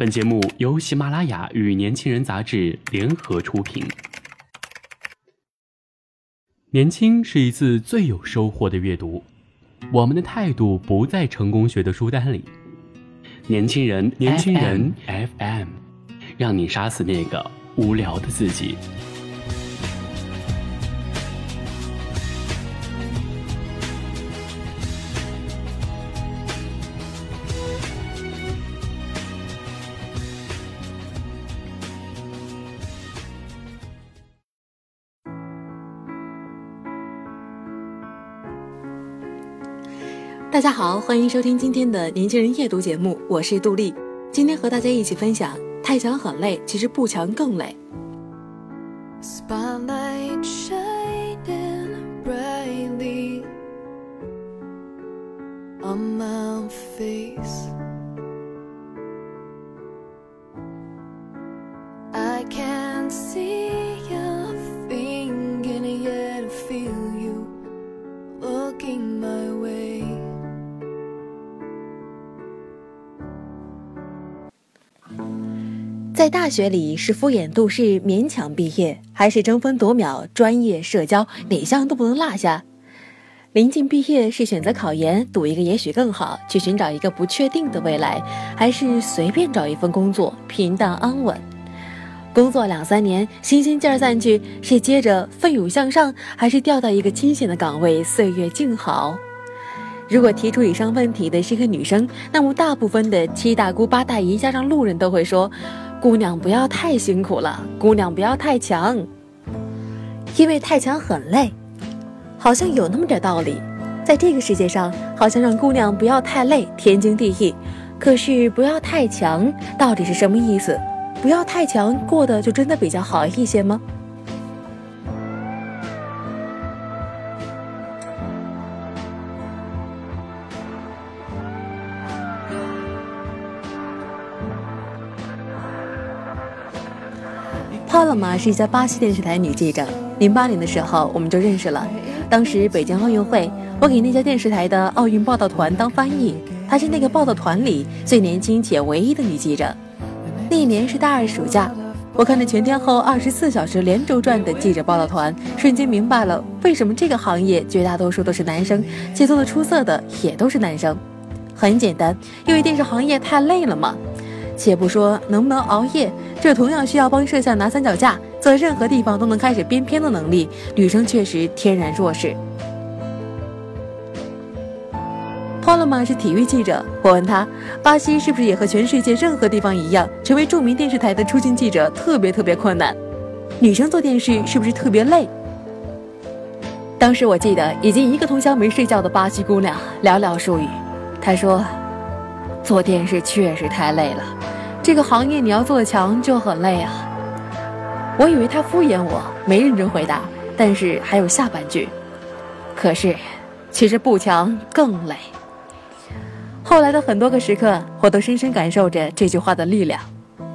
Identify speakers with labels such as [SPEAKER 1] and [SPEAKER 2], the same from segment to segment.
[SPEAKER 1] 本节目由喜马拉雅与年轻人杂志联合出品。年轻是一次最有收获的阅读，我们的态度不在成功学的书单里。年轻人 FM， 让你杀死那个无聊的自己。
[SPEAKER 2] 大家好，欢迎收听今天的年轻人夜读节目，我是杜丽。今天和大家一起分享，太强很累，其实不强更累。
[SPEAKER 3] Spotlight shining brightly on my face. I can't see your finger yet, feel you looking my way.
[SPEAKER 2] 在大学里是敷衍度日勉强毕业，还是争分夺秒专业社交哪项都不能落下？临近毕业是选择考研赌一个也许更好，去寻找一个不确定的未来，还是随便找一份工作平淡安稳？工作2-3年新鲜劲儿散去，是接着奋勇向上，还是调到一个清闲的岗位岁月静好？如果提出以上问题的是个女生，那么大部分的七大姑八大姨加上路人都会说，姑娘不要太辛苦了，姑娘不要太强，因为太强很累。好像有那么点道理，在这个世界上好像让姑娘不要太累天经地义，可是不要太强到底是什么意思？不要太强过得就真的比较好一些吗？帕勒玛是一家巴西电视台女记者，08年的时候我们就认识了。当时北京奥运会，我给那家电视台的奥运报道团当翻译，她是那个报道团里最年轻且唯一的女记者。那一年是大2暑假，我看着全天候24小时连轴转的记者报道团，瞬间明白了为什么这个行业绝大多数都是男生，且做得出色的也都是男生。很简单，因为电视行业太累了嘛。且不说能不能熬夜，这同样需要帮摄像拿3脚架，在任何地方都能开始编片的能力，女生确实天然弱势。帕勒玛是体育记者，我问他，巴西是不是也和全世界任何地方一样，成为著名电视台的出镜记者特别困难？女生做电视是不是特别累？当时我记得已经一个通宵没睡觉的巴西姑娘寥寥数语，她说，做电视确实太累了，这个行业你要做得强就很累啊。我以为他敷衍我，没认真回答，但是还有下半句，可是其实不强更累。后来的很多个时刻，我都深深感受着这句话的力量。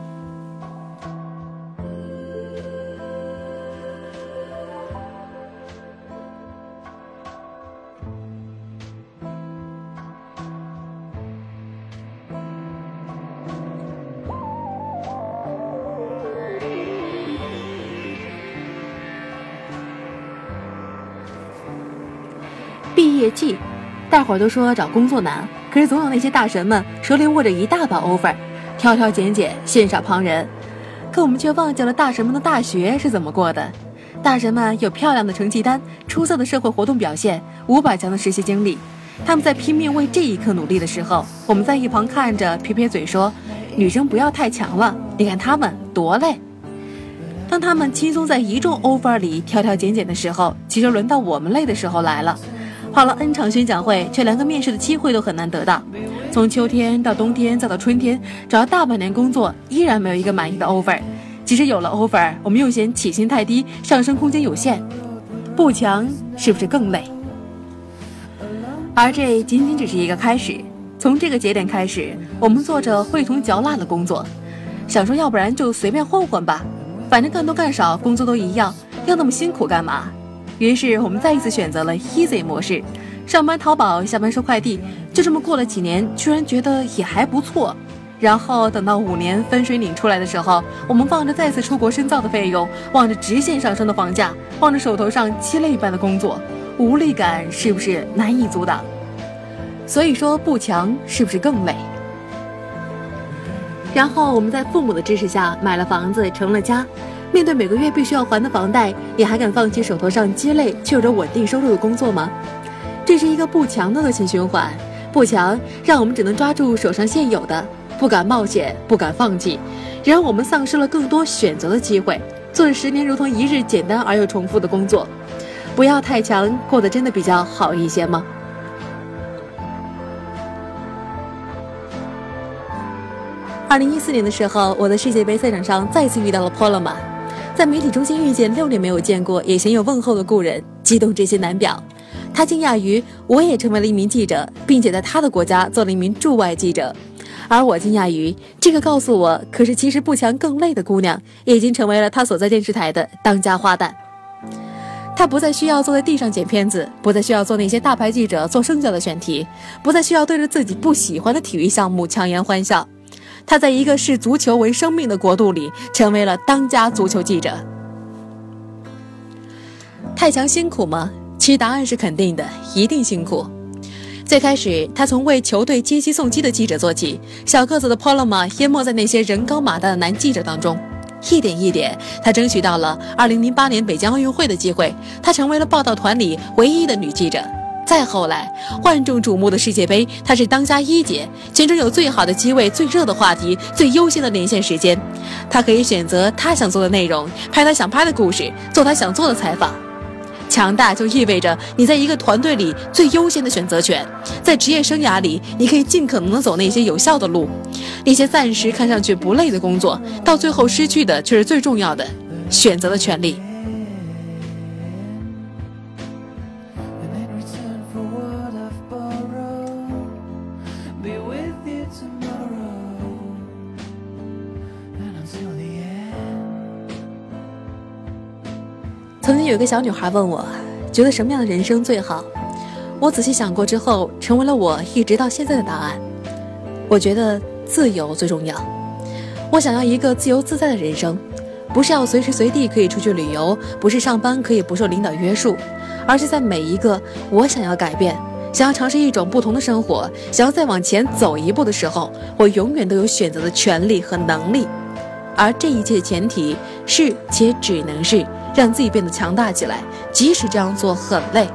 [SPEAKER 2] 毕业季，大伙儿都说找工作难，可是总有那些大神们手里握着一大把 offer， 挑挑拣拣，羡煞旁人。可我们却忘记了大神们的大学是怎么过的。大神们有漂亮的成绩单，出色的社会活动表现，500强的实习经历。他们在拼命为这一刻努力的时候，我们在一旁看着撇撇嘴说，女生不要太强了，你看他们多累。当他们轻松在一众 offer 里挑挑拣拣的时候，其实轮到我们累的时候来了。跑了 N 场宣讲会，却连个面试的机会都很难得到。从秋天到冬天再到春天，找了大半年工作，依然没有一个满意的 offer。即使有了 offer， 我们又嫌起薪太低，上升空间有限。不强是不是更累？而这仅仅只是一个开始。从这个节点开始，我们做着味同嚼蜡的工作，想说要不然就随便混混吧，反正干多干少工作都一样，要那么辛苦干嘛？于是我们再一次选择了 easy 模式，上班淘宝，下班收快递，就这么过了几年，居然觉得也还不错。 然后等到5年分水岭出来的时候，我们望着再次出国深造的费用，望着直线上升的房价，望着手头上鸡肋般的工作，无力感是不是难以阻挡？所以说不强是不是更累？然后我们在父母的支持下买了房子，成了家。面对每个月必须要还的房贷，你还敢放弃手头上鸡肋却有着稳定收入的工作吗？这是一个不强的恶性循环。不强让我们只能抓住手上现有的，不敢冒险，不敢放弃，也让我们丧失了更多选择的机会，做着10年如同一日简单而又重复的工作。不要太强，过得真的比较好一些吗？2014年的时候，我的世界杯赛场上再次遇到了 Poloma， 在媒体中心遇见6年没有见过也鲜有问候的故人，激动之心难表。他惊讶于我也成为了一名记者，并且在他的国家做了一名驻外记者，而我惊讶于这个告诉我可是其实不强更累的姑娘已经成为了他所在电视台的当家花旦。他不再需要坐在地上剪片子，不再需要做那些大牌记者做生脚的选题，不再需要对着自己不喜欢的体育项目强颜欢笑。他在一个视足球为生命的国度里成为了当家足球记者。太强辛苦吗？其实答案是肯定的，一定辛苦。最开始他从为球队接机送机的记者做起，小个子的 Poloma 淹没在那些人高马大的男记者当中，一点一点他争取到了2008年北京奥运会的机会，他成为了报道团里唯一的女记者。再后来万众瞩目的世界杯，他是当家一姐，全程有最好的机位、最热的话题、最优先的连线时间，他可以选择他想做的内容，拍他想拍的故事，做他想做的采访。强大就意味着你在一个团队里最优先的选择权，在职业生涯里你可以尽可能的走那些有效的路，那些暂时看上去不累的工作，到最后失去的却是最重要的选择的权利。曾经有一个小女孩问我，觉得什么样的人生最好？我仔细想过之后，成为了我一直到现在的答案。我觉得自由最重要。我想要一个自由自在的人生，不是要随时随地可以出去旅游，不是上班可以不受领导约束，而是在每一个我想要改变、想要尝试一种不同的生活、想要再往前走一步的时候，我永远都有选择的权利和能力。而这一切的前提是且只能是让自己变得强大起来，即使这样做很累。